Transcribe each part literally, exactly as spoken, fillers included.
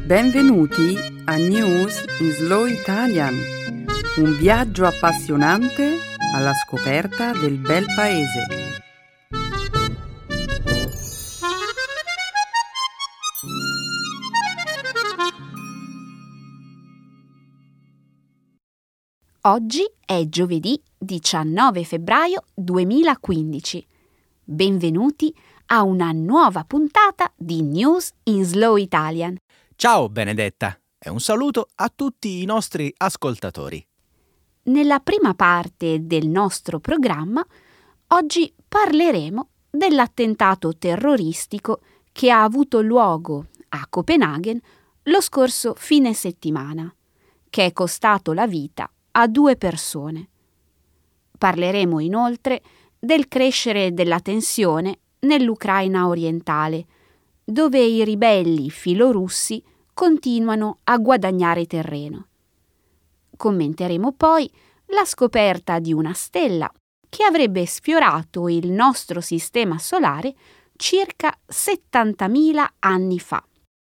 Benvenuti a News in Slow Italian, un viaggio appassionante alla scoperta del bel paese. Oggi è giovedì diciannove febbraio duemilaquindici. Benvenuti a una nuova puntata di News in Slow Italian. Ciao Benedetta e un saluto a tutti i nostri ascoltatori. Nella prima parte del nostro programma, oggi parleremo dell'attentato terroristico che ha avuto luogo a Copenaghen lo scorso fine settimana, che è costato la vita a due persone. Parleremo inoltre del crescere della tensione nell'Ucraina orientale, dove i ribelli filorussi continuano a guadagnare terreno. Commenteremo poi la scoperta di una stella che avrebbe sfiorato il nostro sistema solare circa settantamila anni fa.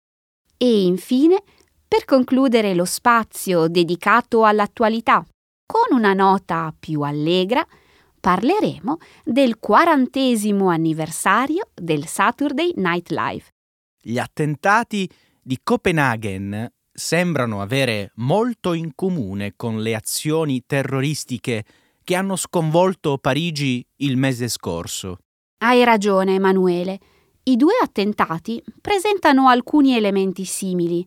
E infine, per concludere lo spazio dedicato all'attualità, con una nota più allegra, parleremo del quarantesimo anniversario del Saturday Night Live. Gli attentati di Copenaghen sembrano avere molto in comune con le azioni terroristiche che hanno sconvolto Parigi il mese scorso. Hai ragione, Emanuele. I due attentati presentano alcuni elementi simili,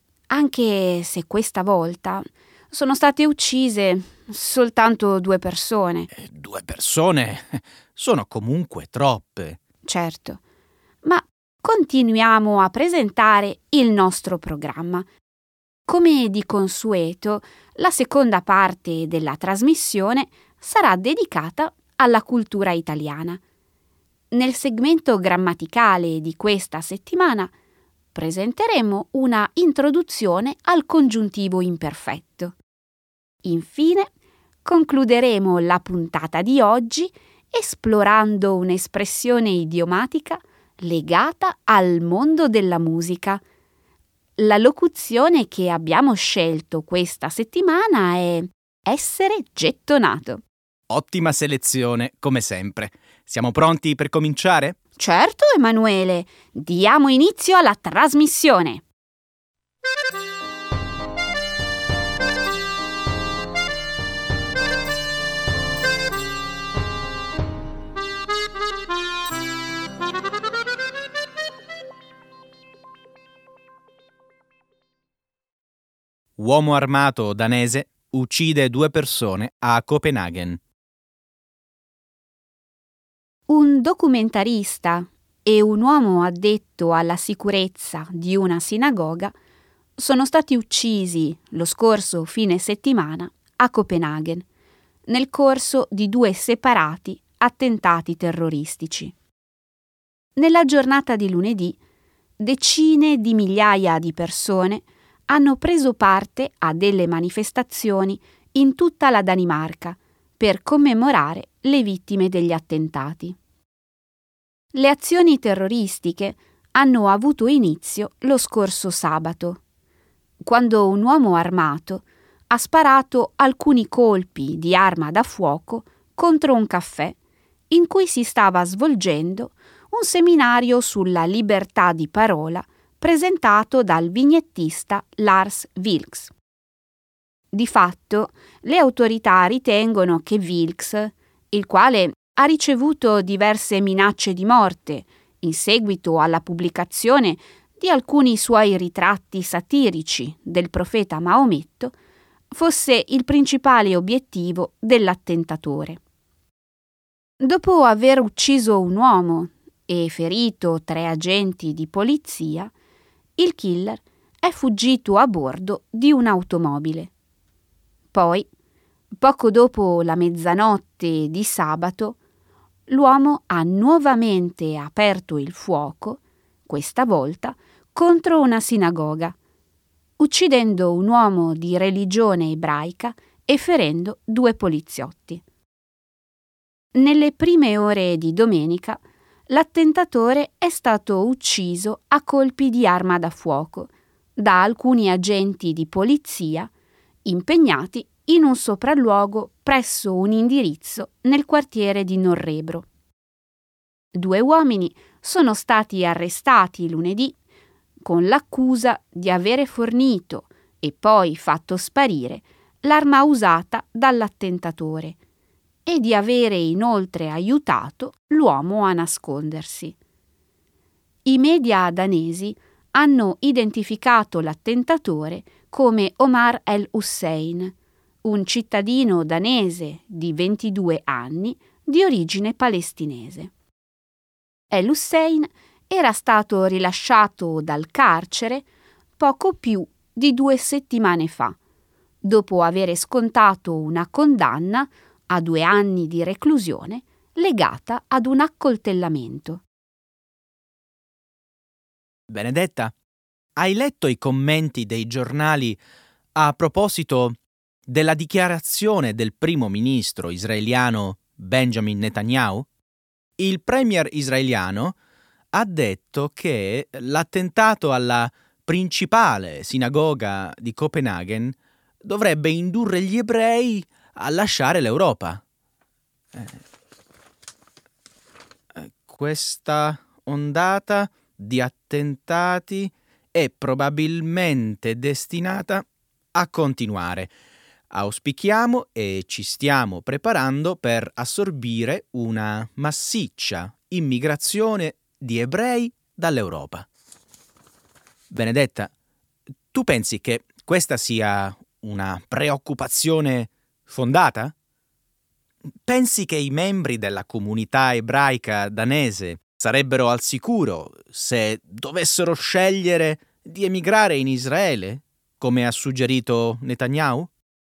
anche se questa volta sono state uccise soltanto due persone. Eh, due persone sono comunque troppe. Certo, ma continuiamo a presentare il nostro programma. Come di consueto, la seconda parte della trasmissione sarà dedicata alla cultura italiana. Nel segmento grammaticale di questa settimana presenteremo una introduzione al congiuntivo imperfetto. Infine, concluderemo la puntata di oggi esplorando un'espressione idiomatica legata al mondo della musica. La locuzione che abbiamo scelto questa settimana è essere gettonato. Ottima selezione, come sempre. Siamo pronti per cominciare? Certo, Emanuele. Diamo inizio alla trasmissione. Uomo armato danese uccide due persone a Copenaghen. Un documentarista e un uomo addetto alla sicurezza di una sinagoga sono stati uccisi lo scorso fine settimana a Copenaghen, nel corso di due separati attentati terroristici. Nella giornata di lunedì, decine di migliaia di persone hanno preso parte a delle manifestazioni in tutta la Danimarca per commemorare le vittime degli attentati. Le azioni terroristiche hanno avuto inizio lo scorso sabato, quando un uomo armato ha sparato alcuni colpi di arma da fuoco contro un caffè in cui si stava svolgendo un seminario sulla libertà di parola presentato dal vignettista Lars Vilks. Di fatto, le autorità ritengono che Vilks, il quale ha ricevuto diverse minacce di morte in seguito alla pubblicazione di alcuni suoi ritratti satirici del profeta Maometto, fosse il principale obiettivo dell'attentatore. Dopo aver ucciso un uomo e ferito tre agenti di polizia, il killer è fuggito a bordo di un'automobile. Poi, poco dopo la mezzanotte di sabato, l'uomo ha nuovamente aperto il fuoco, questa volta contro una sinagoga, uccidendo un uomo di religione ebraica e ferendo due poliziotti. Nelle prime ore di domenica, l'attentatore è stato ucciso a colpi di arma da fuoco da alcuni agenti di polizia impegnati in un sopralluogo presso un indirizzo nel quartiere di Norrebro. Due uomini sono stati arrestati lunedì con l'accusa di avere fornito e poi fatto sparire l'arma usata dall'attentatore e di avere inoltre aiutato l'uomo a nascondersi. I media danesi hanno identificato l'attentatore come Omar el-Hussein, un cittadino danese di ventidue anni di origine palestinese. El-Hussein era stato rilasciato dal carcere poco più di due settimane fa, dopo aver scontato una condanna a due anni di reclusione legata ad un accoltellamento. Benedetta, hai letto i commenti dei giornali a proposito della dichiarazione del primo ministro israeliano Benjamin Netanyahu? Il premier israeliano ha detto che l'attentato alla principale sinagoga di Copenaghen dovrebbe indurre gli ebrei a lasciare l'Europa. Eh, questa ondata di attentati è probabilmente destinata a continuare. Auspichiamo e ci stiamo preparando per assorbire una massiccia immigrazione di ebrei dall'Europa. Benedetta, tu pensi che questa sia una preoccupazione fondata? Pensi che i membri della comunità ebraica danese sarebbero al sicuro se dovessero scegliere di emigrare in Israele, come ha suggerito Netanyahu?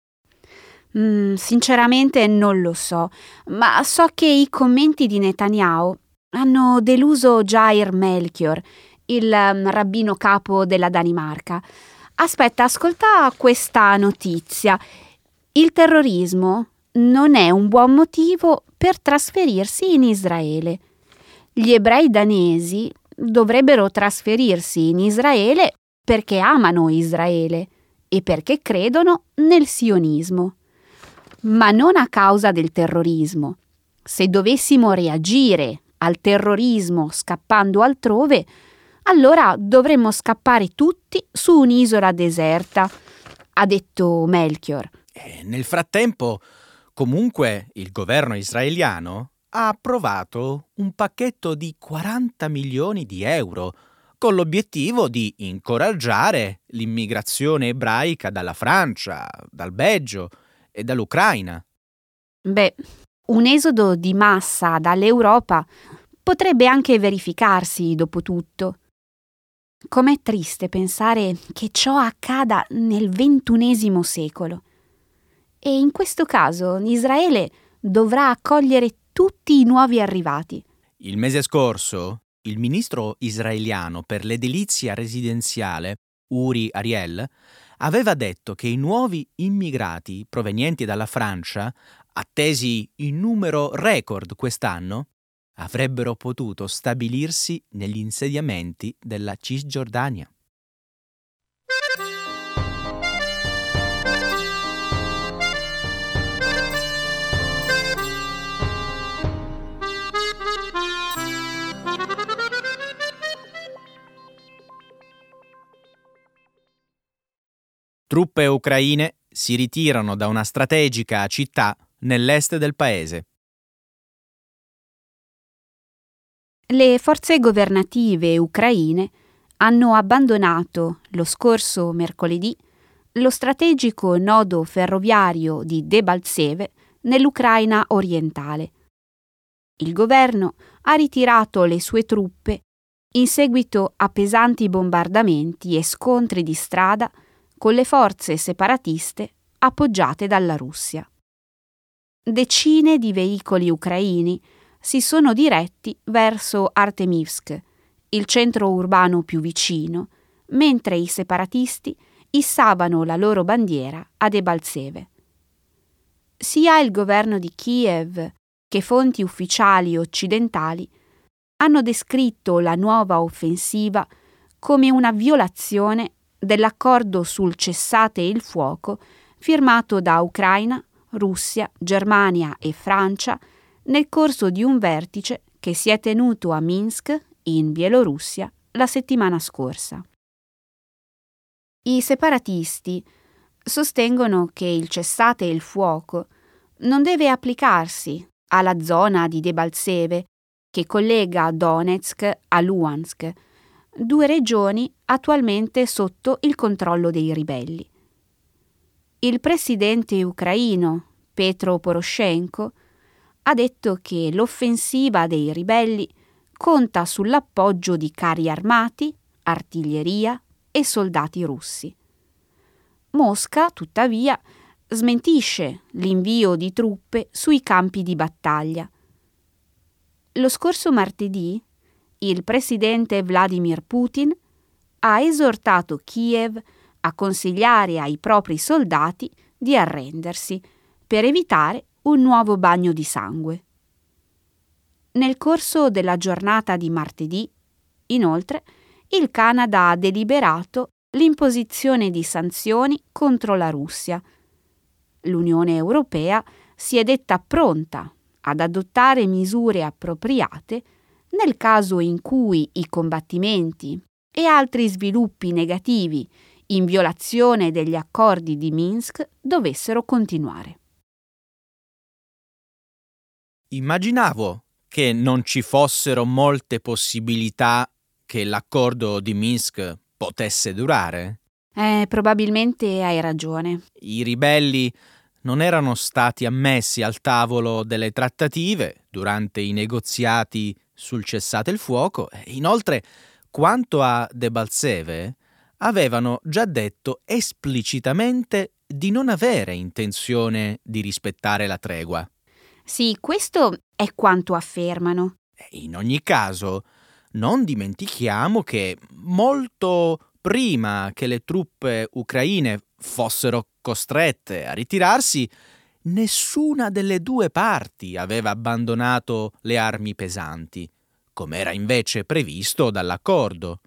Mm, sinceramente non lo so, ma so che i commenti di Netanyahu hanno deluso Jair Melchior, il um, rabbino capo della Danimarca. Aspetta, ascolta questa notizia. Il terrorismo non è un buon motivo per trasferirsi in Israele. Gli ebrei danesi dovrebbero trasferirsi in Israele perché amano Israele e perché credono nel sionismo, ma non a causa del terrorismo. Se dovessimo reagire al terrorismo scappando altrove, allora dovremmo scappare tutti su un'isola deserta, ha detto Melchior. E nel frattempo, comunque, il governo israeliano ha approvato un pacchetto di quaranta milioni di euro con l'obiettivo di incoraggiare l'immigrazione ebraica dalla Francia, dal Belgio e dall'Ucraina. Beh, un esodo di massa dall'Europa potrebbe anche verificarsi dopo tutto. Com'è triste pensare che ciò accada nel ventunesimo secolo. E in questo caso Israele dovrà accogliere tutti i nuovi arrivati. Il mese scorso, il ministro israeliano per l'edilizia residenziale, Uri Ariel, aveva detto che i nuovi immigrati provenienti dalla Francia, attesi in numero record quest'anno, avrebbero potuto stabilirsi negli insediamenti della Cisgiordania. Truppe ucraine si ritirano da una strategica città nell'est del paese. Le forze governative ucraine hanno abbandonato lo scorso mercoledì lo strategico nodo ferroviario di Debaltseve nell'Ucraina orientale. Il governo ha ritirato le sue truppe in seguito a pesanti bombardamenti e scontri di strada con le forze separatiste appoggiate dalla Russia. Decine di veicoli ucraini si sono diretti verso Artemivsk, il centro urbano più vicino, mentre i separatisti issavano la loro bandiera a Debaltseve. Sia il governo di Kiev che fonti ufficiali occidentali hanno descritto la nuova offensiva come una violazione dell'accordo sul cessate il fuoco firmato da Ucraina, Russia, Germania e Francia nel corso di un vertice che si è tenuto a Minsk, in Bielorussia, la settimana scorsa. I separatisti sostengono che il cessate il fuoco non deve applicarsi alla zona di Debaltseve che collega Donetsk a Luhansk, due regioni attualmente sotto il controllo dei ribelli. Il presidente ucraino Petro Poroshenko ha detto che l'offensiva dei ribelli conta sull'appoggio di carri armati, artiglieria e soldati russi. Mosca, tuttavia, smentisce l'invio di truppe sui campi di battaglia. Lo scorso martedì, il presidente Vladimir Putin ha esortato Kiev a consigliare ai propri soldati di arrendersi per evitare un nuovo bagno di sangue. Nel corso della giornata di martedì, inoltre, il Canada ha deliberato l'imposizione di sanzioni contro la Russia. L'Unione Europea si è detta pronta ad adottare misure appropriate nel caso in cui i combattimenti e altri sviluppi negativi in violazione degli accordi di Minsk dovessero continuare. Immaginavo che non ci fossero molte possibilità che l'accordo di Minsk potesse durare. Eh, probabilmente hai ragione. I ribelli non erano stati ammessi al tavolo delle trattative durante i negoziati sul cessate il fuoco. Inoltre, quanto a Debaltseve, avevano già detto esplicitamente di non avere intenzione di rispettare la tregua. Sì, questo è quanto affermano. In ogni caso, non dimentichiamo che molto prima che le truppe ucraine fossero costrette a ritirarsi, nessuna delle due parti aveva abbandonato le armi pesanti, come era invece previsto dall'accordo.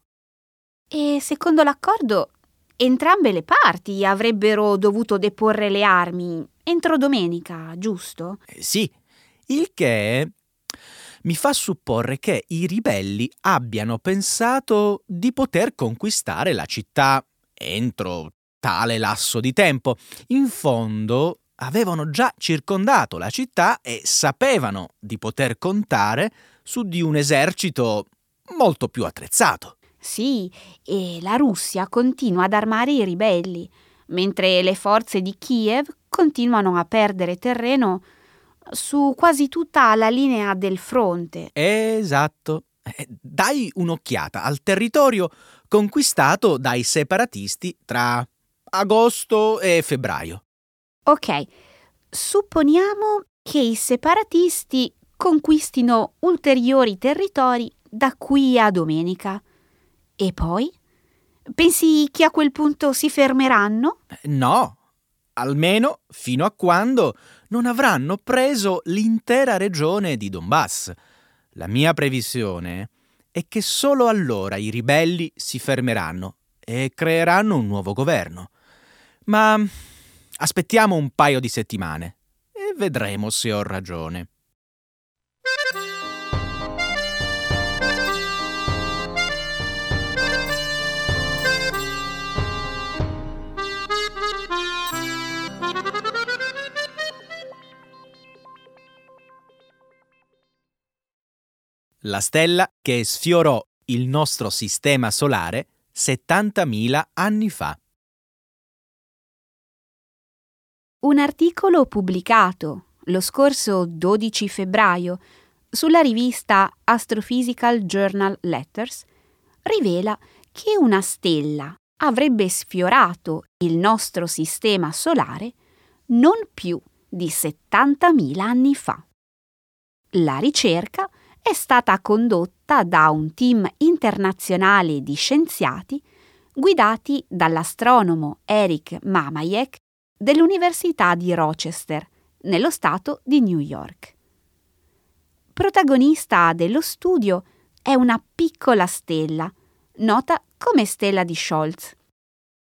E secondo l'accordo, entrambe le parti avrebbero dovuto deporre le armi entro domenica, giusto? Eh, sì, il che mi fa supporre che i ribelli abbiano pensato di poter conquistare la città entro tale lasso di tempo. In fondo avevano già circondato la città e sapevano di poter contare su di un esercito molto più attrezzato. Sì, e la Russia continua ad armare i ribelli, mentre le forze di Kiev continuano a perdere terreno su quasi tutta la linea del fronte. Esatto. Dai un'occhiata al territorio conquistato dai separatisti tra agosto e febbraio. Ok, supponiamo che i separatisti conquistino ulteriori territori da qui a domenica. E poi? Pensi che a quel punto si fermeranno? No, almeno fino a quando non avranno preso l'intera regione di Donbass. La mia previsione è che solo allora i ribelli si fermeranno e creeranno un nuovo governo. Ma aspettiamo un paio di settimane e vedremo se ho ragione. La stella che sfiorò il nostro sistema solare settantamila anni fa. Un articolo pubblicato lo scorso dodici febbraio sulla rivista Astrophysical Journal Letters rivela che una stella avrebbe sfiorato il nostro sistema solare non più di settantamila anni fa. La ricerca è stata condotta da un team internazionale di scienziati guidati dall'astronomo Eric Mamayek dell'Università di Rochester, nello stato di New York. Protagonista dello studio è una piccola stella, nota come stella di Scholz.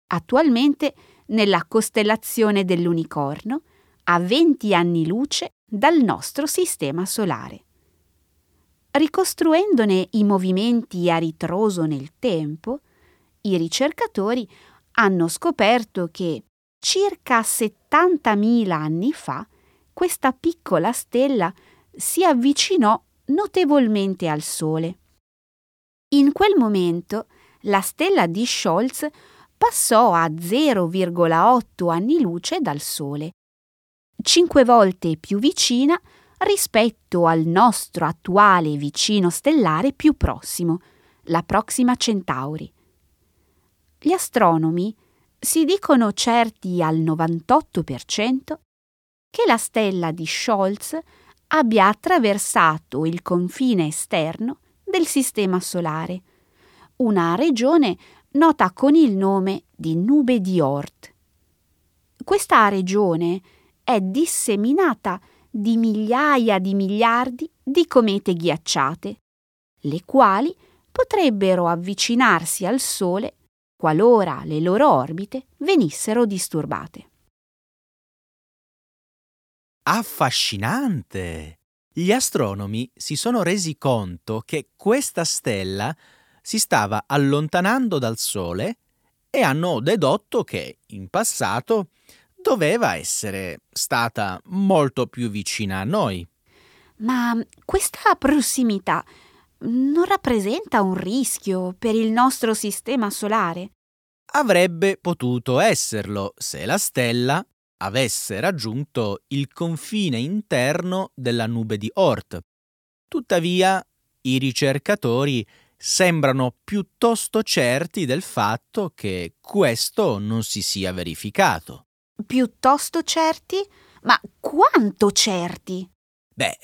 attualmente nella costellazione dell'Unicorno, a venti anni luce dal nostro sistema solare. Ricostruendone i movimenti a ritroso nel tempo, i ricercatori hanno scoperto che circa settantamila anni fa questa piccola stella si avvicinò notevolmente al Sole. In quel momento la stella di Scholz passò a zero virgola otto anni luce dal Sole, cinque volte più vicina rispetto al nostro attuale vicino stellare più prossimo, la Proxima Centauri. Gli astronomi si dicono certi al novantotto per cento che la stella di Scholz abbia attraversato il confine esterno del Sistema Solare, una regione nota con il nome di Nube di Oort. Questa regione è disseminata di migliaia di miliardi di comete ghiacciate, le quali potrebbero avvicinarsi al Sole qualora le loro orbite venissero disturbate. Affascinante! Gli astronomi si sono resi conto che questa stella si stava allontanando dal Sole e hanno dedotto che in passato doveva essere stata molto più vicina a noi. Ma questa prossimità non rappresenta un rischio per il nostro sistema solare? Avrebbe potuto esserlo se la stella avesse raggiunto il confine interno della nube di Oort. Tuttavia, i ricercatori sembrano piuttosto certi del fatto che questo non si sia verificato. Piuttosto certi? Ma quanto certi? Beh,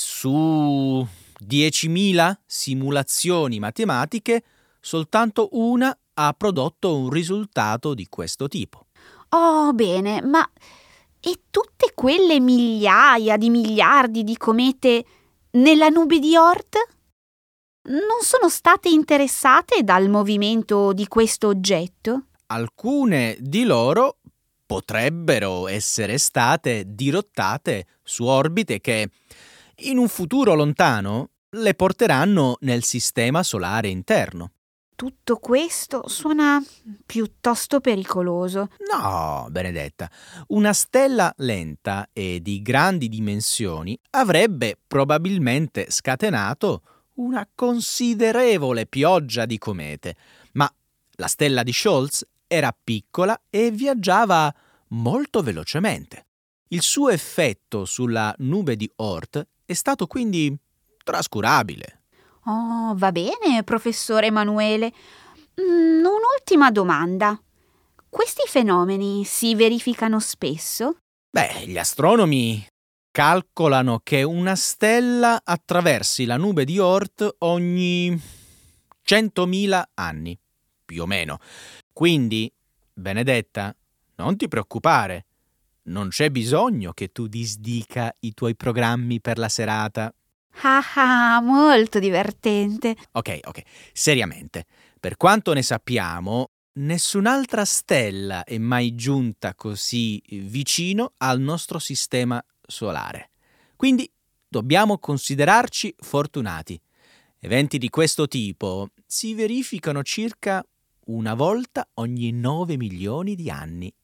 su diecimila simulazioni matematiche, soltanto una ha prodotto un risultato di questo tipo. Oh, bene, ma e tutte quelle migliaia di miliardi di comete nella nube di Oort? Non sono state interessate dal movimento di questo oggetto? Alcune di loro potrebbero essere state dirottate su orbite che, in un futuro lontano, le porteranno nel sistema solare interno. Tutto questo suona piuttosto pericoloso. No, Benedetta, una stella lenta e di grandi dimensioni avrebbe probabilmente scatenato una considerevole pioggia di comete, ma la stella di Scholz era piccola e viaggiava molto velocemente. Il suo effetto sulla nube di Oort è stato quindi trascurabile. Oh, va bene, professore Emanuele. Mm, un'ultima domanda. Questi fenomeni si verificano spesso? Beh, gli astronomi calcolano che una stella attraversi la nube di Oort ogni centomila anni, più o meno. Quindi, Benedetta, non ti preoccupare. Non c'è bisogno che tu disdica i tuoi programmi per la serata. Ah ah, molto divertente. Ok, ok, seriamente. Per quanto ne sappiamo, nessun'altra stella è mai giunta così vicino al nostro sistema solare. Quindi dobbiamo considerarci fortunati. Eventi di questo tipo si verificano circa una volta ogni nove milioni di anni.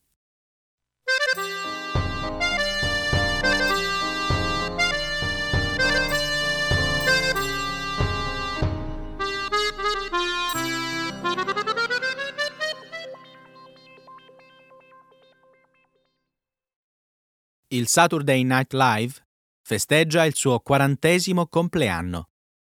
Il Saturday Night Live festeggia il suo quarantesimo compleanno.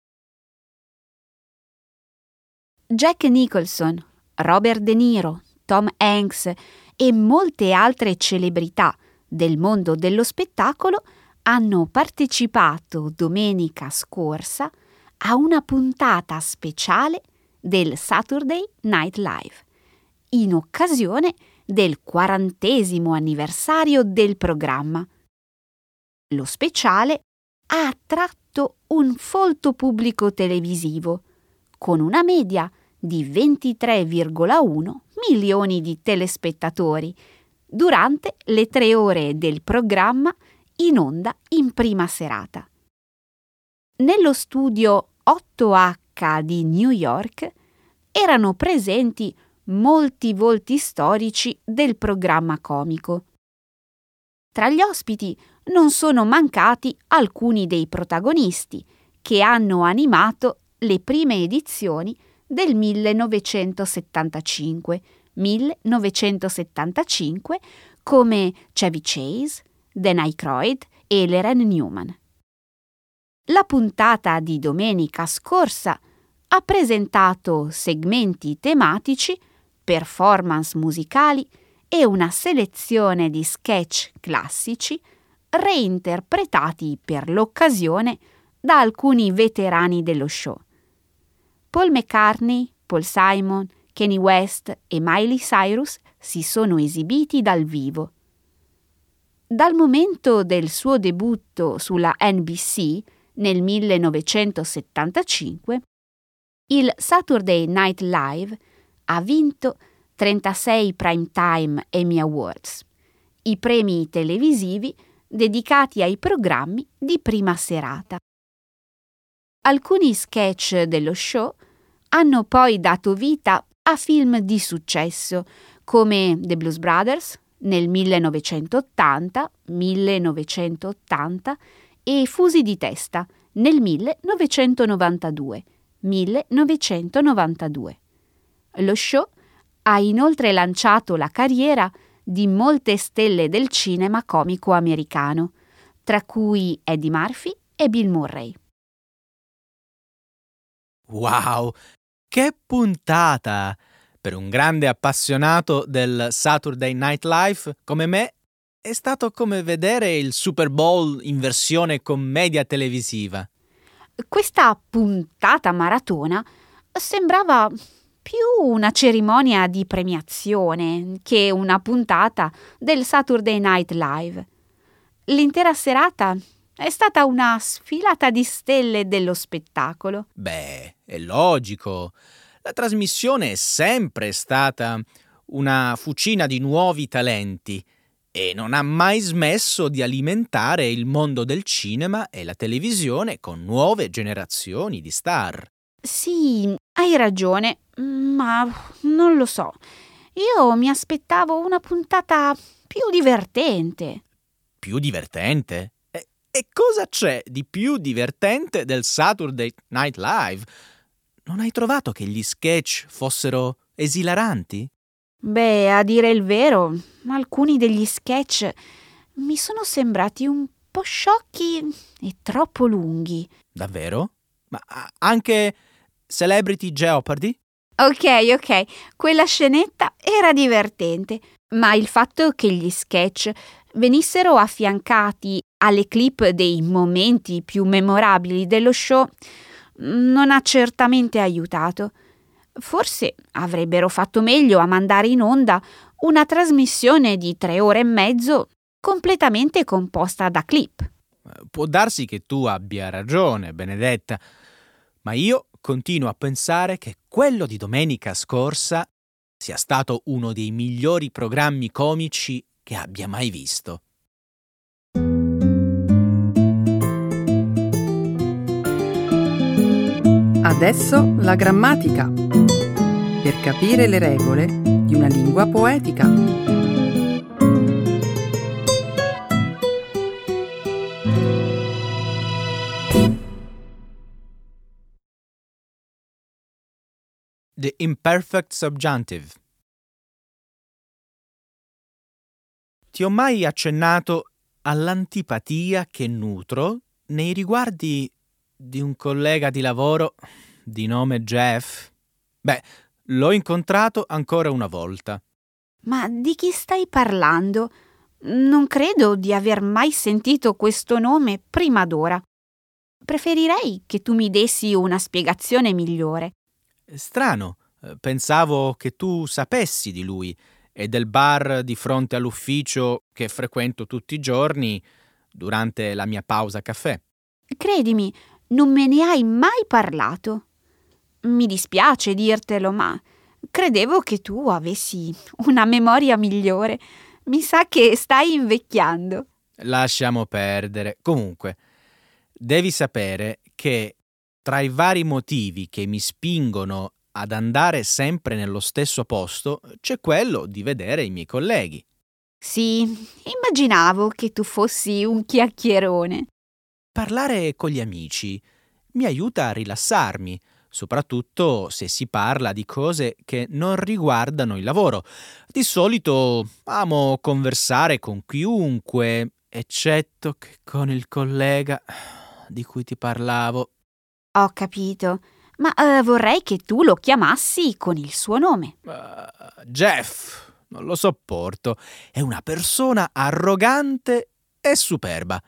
Jack Nicholson, Robert De Niro, Tom Hanks e molte altre celebrità del mondo dello spettacolo hanno partecipato domenica scorsa a una puntata speciale del Saturday Night Live, in occasione del quarantesimo anniversario del programma. Lo speciale ha attratto un folto pubblico televisivo, con una media di ventitré virgola uno milioni di telespettatori durante le tre ore del programma in onda in prima serata. Nello studio otto acca di New York erano presenti molti volti storici del programma comico. Tra gli ospiti non sono mancati alcuni dei protagonisti che hanno animato le prime edizioni del millenovecentosettantacinque, millenovecentosettantacinque come Chevy Chase, Dan Aykroyd e Leren Newman. La puntata di domenica scorsa ha presentato segmenti tematici, performance musicali e una selezione di sketch classici reinterpretati per l'occasione da alcuni veterani dello show. Paul McCartney, Paul Simon, Kanye West e Miley Cyrus si sono esibiti dal vivo. Dal momento del suo debutto sulla N B C nel millenovecentosettantacinque, il Saturday Night Live ha vinto trentasei Primetime Emmy Awards, i premi televisivi dedicati ai programmi di prima serata. Alcuni sketch dello show hanno poi dato vita a film di successo come The Blues Brothers nel millenovecentottanta, millenovecentottanta e Fusi di testa nel millenovecentonovantadue, millenovecentonovantadue. Lo show ha inoltre lanciato la carriera di molte stelle del cinema comico americano, tra cui Eddie Murphy e Bill Murray. Wow, che puntata! Per un grande appassionato del Saturday Night Live come me, è stato come vedere il Super Bowl in versione commedia televisiva. Questa puntata maratona sembrava più una cerimonia di premiazione che una puntata del Saturday Night Live. L'intera serata è stata una sfilata di stelle dello spettacolo. Beh, è logico. La trasmissione è sempre stata una fucina di nuovi talenti e non ha mai smesso di alimentare il mondo del cinema e la televisione con nuove generazioni di star. Sì, hai ragione, ma non lo so. Io mi aspettavo una puntata più divertente. Più divertente? E, e cosa c'è di più divertente del Saturday Night Live? Non hai trovato che gli sketch fossero esilaranti? Beh, a dire il vero, alcuni degli sketch mi sono sembrati un po' sciocchi e troppo lunghi. Davvero? Ma anche Celebrity Jeopardy? Ok, ok, quella scenetta era divertente, ma il fatto che gli sketch venissero affiancati alle clip dei momenti più memorabili dello show non ha certamente aiutato. Forse avrebbero fatto meglio a mandare in onda una trasmissione di tre ore e mezzo completamente composta da clip. Può darsi che tu abbia ragione, Benedetta, ma io continuo a pensare che quello di domenica scorsa sia stato uno dei migliori programmi comici che abbia mai visto. Adesso la grammatica, per capire le regole di una lingua poetica. The imperfect subjunctive. Ti ho mai accennato all'antipatia che nutro nei riguardi di un collega di lavoro di nome Jeff? Beh, l'ho incontrato ancora una volta. Ma di chi stai parlando? Non credo di aver mai sentito questo nome prima d'ora. Preferirei che tu mi dessi una spiegazione migliore. Strano, pensavo che tu sapessi di lui e del bar di fronte all'ufficio che frequento tutti i giorni durante la mia pausa caffè. Credimi, non me ne hai mai parlato. Mi dispiace dirtelo, ma credevo che tu avessi una memoria migliore. Mi sa che stai invecchiando. Lasciamo perdere. Comunque, devi sapere che tra i vari motivi che mi spingono ad andare sempre nello stesso posto c'è quello di vedere i miei colleghi. Sì, immaginavo che tu fossi un chiacchierone. Parlare con gli amici mi aiuta a rilassarmi, soprattutto se si parla di cose che non riguardano il lavoro. Di solito amo conversare con chiunque, eccetto che con il collega di cui ti parlavo. Ho capito, ma uh, vorrei che tu lo chiamassi con il suo nome. Uh, Jeff, non lo sopporto. È una persona arrogante e superba.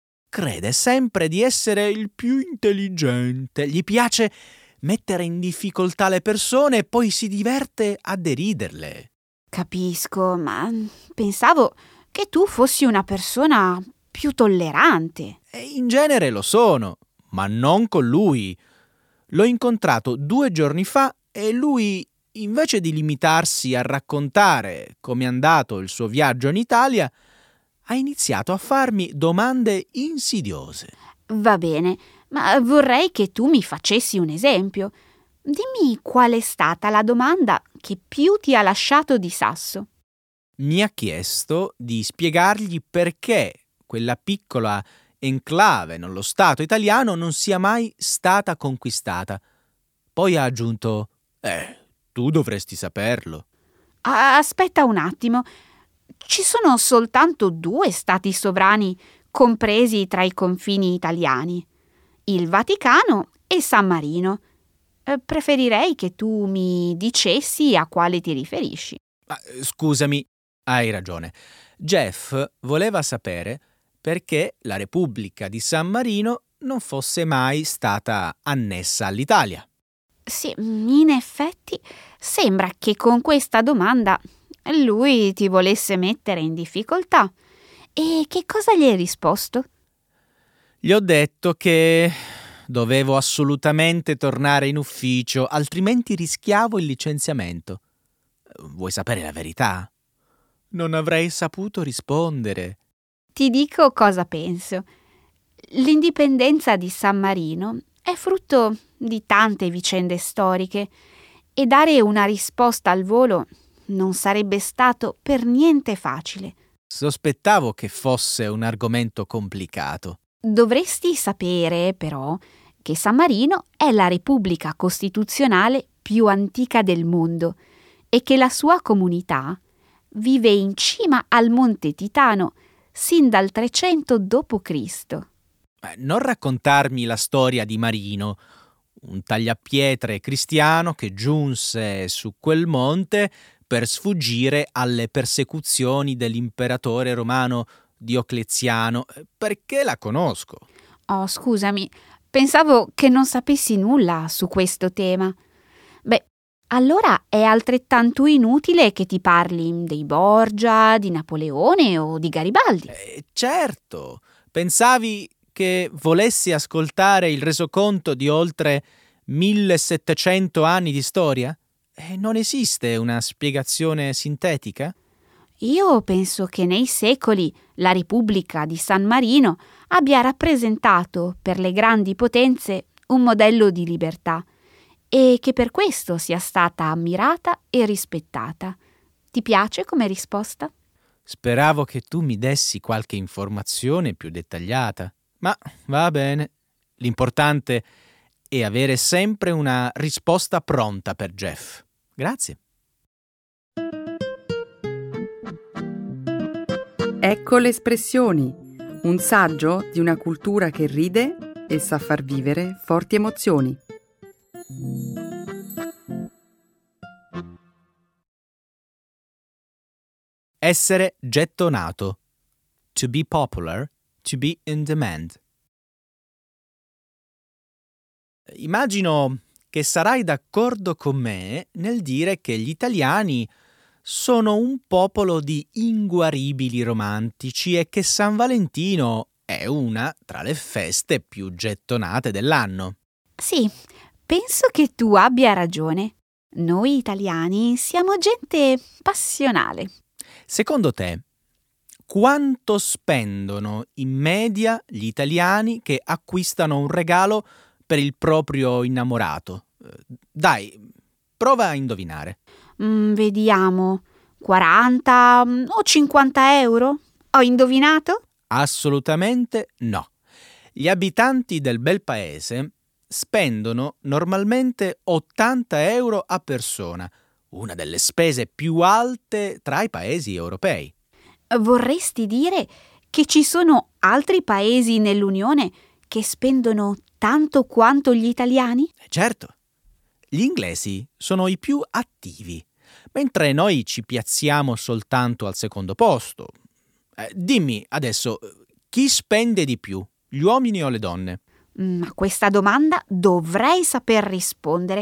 Crede sempre di essere il più intelligente. Gli piace mettere in difficoltà le persone e poi si diverte a deriderle. Capisco, ma pensavo che tu fossi una persona più tollerante. E in genere lo sono, ma non con lui. L'ho incontrato due giorni fa e lui, invece di limitarsi a raccontare come è andato il suo viaggio in Italia, ha iniziato a farmi domande insidiose. Va bene, ma vorrei che tu mi facessi un esempio. Dimmi qual è stata la domanda che più ti ha lasciato di sasso. Mi ha chiesto di spiegargli perché quella piccola enclave nello Stato italiano non sia mai stata conquistata. Poi ha aggiunto: Eh, tu dovresti saperlo. Aspetta un attimo. Ci sono soltanto due stati sovrani compresi tra i confini italiani: il Vaticano e San Marino. Eh, preferirei che tu mi dicessi a quale ti riferisci. Ma, scusami, hai ragione. Jeff voleva sapere perché la Repubblica di San Marino non fosse mai stata annessa all'Italia. Sì, in effetti sembra che con questa domanda lui ti volesse mettere in difficoltà. E che cosa gli hai risposto? Gli ho detto che dovevo assolutamente tornare in ufficio, altrimenti rischiavo il licenziamento. Vuoi sapere la verità? Non avrei saputo rispondere. Ti dico cosa penso. L'indipendenza di San Marino è frutto di tante vicende storiche e dare una risposta al volo non sarebbe stato per niente facile. Sospettavo che fosse un argomento complicato. Dovresti sapere, però, che San Marino è la repubblica costituzionale più antica del mondo e che la sua comunità vive in cima al Monte Titano sin dal trecento dopo Cristo. Non raccontarmi la storia di Marino, un tagliapietre cristiano che giunse su quel monte per sfuggire alle persecuzioni dell'imperatore romano Diocleziano, perché la conosco. Oh, scusami, pensavo che non sapessi nulla su questo tema. Beh, allora è altrettanto inutile che ti parli dei Borgia, di Napoleone o di Garibaldi. Eh, certo, pensavi che volessi ascoltare il resoconto di oltre millesettecento anni di storia? E non esiste una spiegazione sintetica? Io penso che nei secoli la Repubblica di San Marino abbia rappresentato per le grandi potenze un modello di libertà e che per questo sia stata ammirata e rispettata. Ti piace come risposta? Speravo che tu mi dessi qualche informazione più dettagliata, ma va bene. L'importante è avere sempre una risposta pronta per Jeff. Grazie. Ecco le espressioni, un saggio di una cultura che ride e sa far vivere forti emozioni. Essere gettonato. To be popular, to be in demand. Immagino che sarai d'accordo con me nel dire che gli italiani sono un popolo di inguaribili romantici e che San Valentino è una tra le feste più gettonate dell'anno. Sì, penso che tu abbia ragione. Noi italiani siamo gente passionale. Secondo te, quanto spendono in media gli italiani che acquistano un regalo per il proprio innamorato? Dai, prova a indovinare. Mm, vediamo, quaranta o cinquanta euro? Ho indovinato? Assolutamente no. Gli abitanti del bel paese spendono normalmente ottanta euro a persona, una delle spese più alte tra i paesi europei. Vorresti dire che ci sono altri paesi nell'Unione che spendono tanto quanto gli italiani? Certo, gli inglesi sono i più attivi, mentre noi ci piazziamo soltanto al secondo posto. Eh, dimmi adesso, chi spende di più, gli uomini o le donne? A questa domanda dovrei saper rispondere.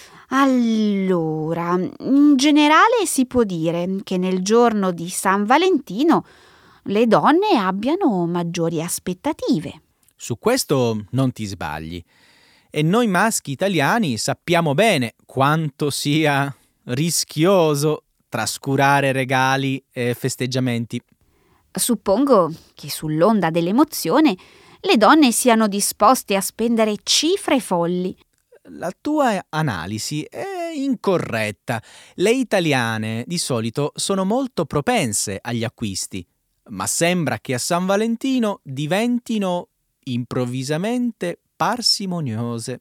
Allora, in generale si può dire che nel giorno di San Valentino le donne abbiano maggiori aspettative. Su questo non ti sbagli. E noi maschi italiani sappiamo bene quanto sia rischioso trascurare regali e festeggiamenti. Suppongo che sull'onda dell'emozione le donne siano disposte a spendere cifre folli. La tua analisi è incorretta. Le italiane di solito sono molto propense agli acquisti, ma sembra che a San Valentino diventino improvvisamente parsimoniose.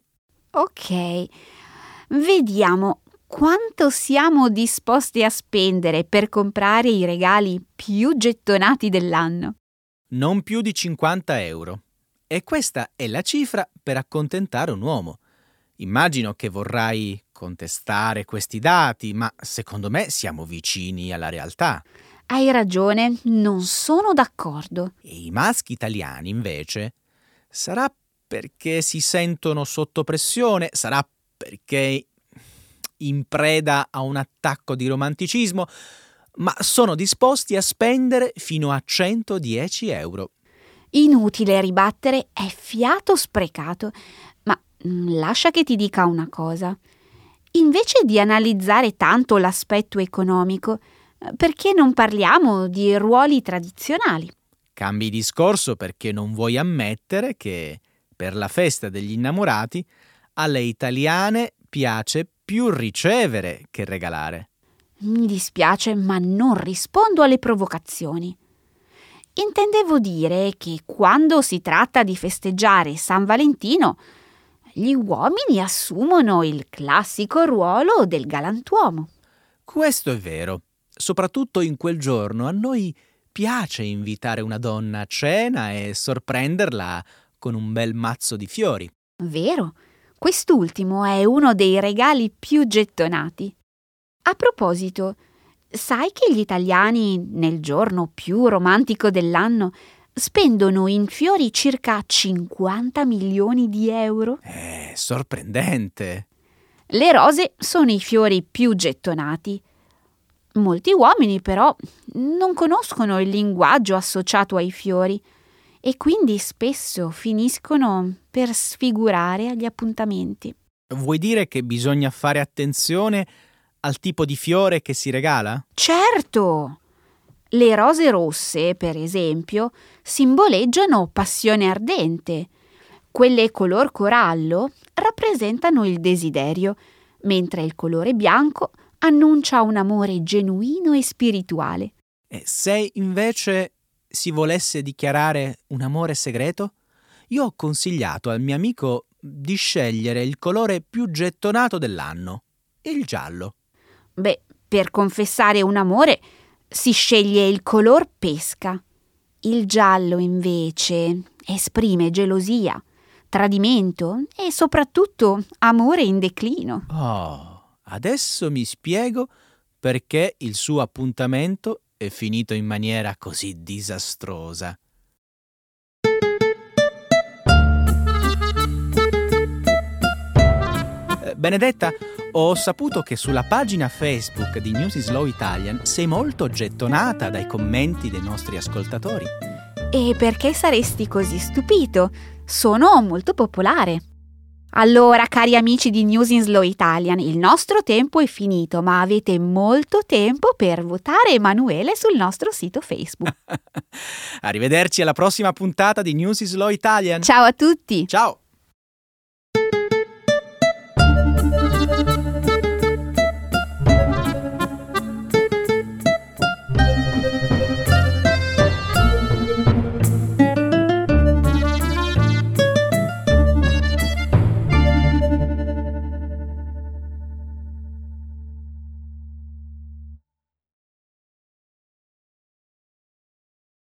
Ok, vediamo quanto siamo disposti a spendere per comprare i regali più gettonati dell'anno. Non più di cinquanta euro. E questa è la cifra per accontentare un uomo. Immagino che vorrai contestare questi dati, ma secondo me siamo vicini alla realtà. Hai ragione, non sono d'accordo. E i maschi italiani, invece, sarà perché si sentono sotto pressione, sarà perché in preda a un attacco di romanticismo, ma sono disposti a spendere fino a centodieci euro. Inutile ribattere, è fiato sprecato. Ma lascia che ti dica una cosa. Invece di analizzare tanto l'aspetto economico, perché non parliamo di ruoli tradizionali? Cambi discorso perché non vuoi ammettere che per la festa degli innamorati alle italiane piace più ricevere che regalare. Mi dispiace, ma non rispondo alle provocazioni. Intendevo dire che quando si tratta di festeggiare San Valentino, gli uomini assumono il classico ruolo del galantuomo. Questo è vero. Soprattutto in quel giorno a noi piace invitare una donna a cena e sorprenderla con un bel mazzo di fiori. Vero, quest'ultimo è uno dei regali più gettonati. A proposito, sai che gli italiani, nel giorno più romantico dell'anno, spendono in fiori circa cinquanta milioni di euro? È sorprendente. Le rose sono i fiori più gettonati. Molti uomini, però, non conoscono il linguaggio associato ai fiori e quindi spesso finiscono per sfigurare agli appuntamenti. Vuoi dire che bisogna fare attenzione al tipo di fiore che si regala? Certo! Le rose rosse, per esempio, simboleggiano passione ardente. Quelle color corallo rappresentano il desiderio, mentre il colore bianco annuncia un amore genuino e spirituale. E se invece si volesse dichiarare un amore segreto? Io ho consigliato al mio amico di scegliere il colore più gettonato dell'anno, il giallo. Beh, per confessare un amore si sceglie il color pesca. Il giallo, invece, esprime gelosia, tradimento e soprattutto amore in declino. Oh, adesso mi spiego perché il suo appuntamento è finito in maniera così disastrosa. Eh, Benedetta, ho saputo che sulla pagina Facebook di News is Slow Italian sei molto gettonata dai commenti dei nostri ascoltatori. E perché saresti così stupito? Sono molto popolare. Allora, cari amici di News in Slow Italian, il nostro tempo è finito, ma avete molto tempo per votare Emanuele sul nostro sito Facebook. Arrivederci alla prossima puntata di News in Slow Italian. Ciao a tutti! Ciao!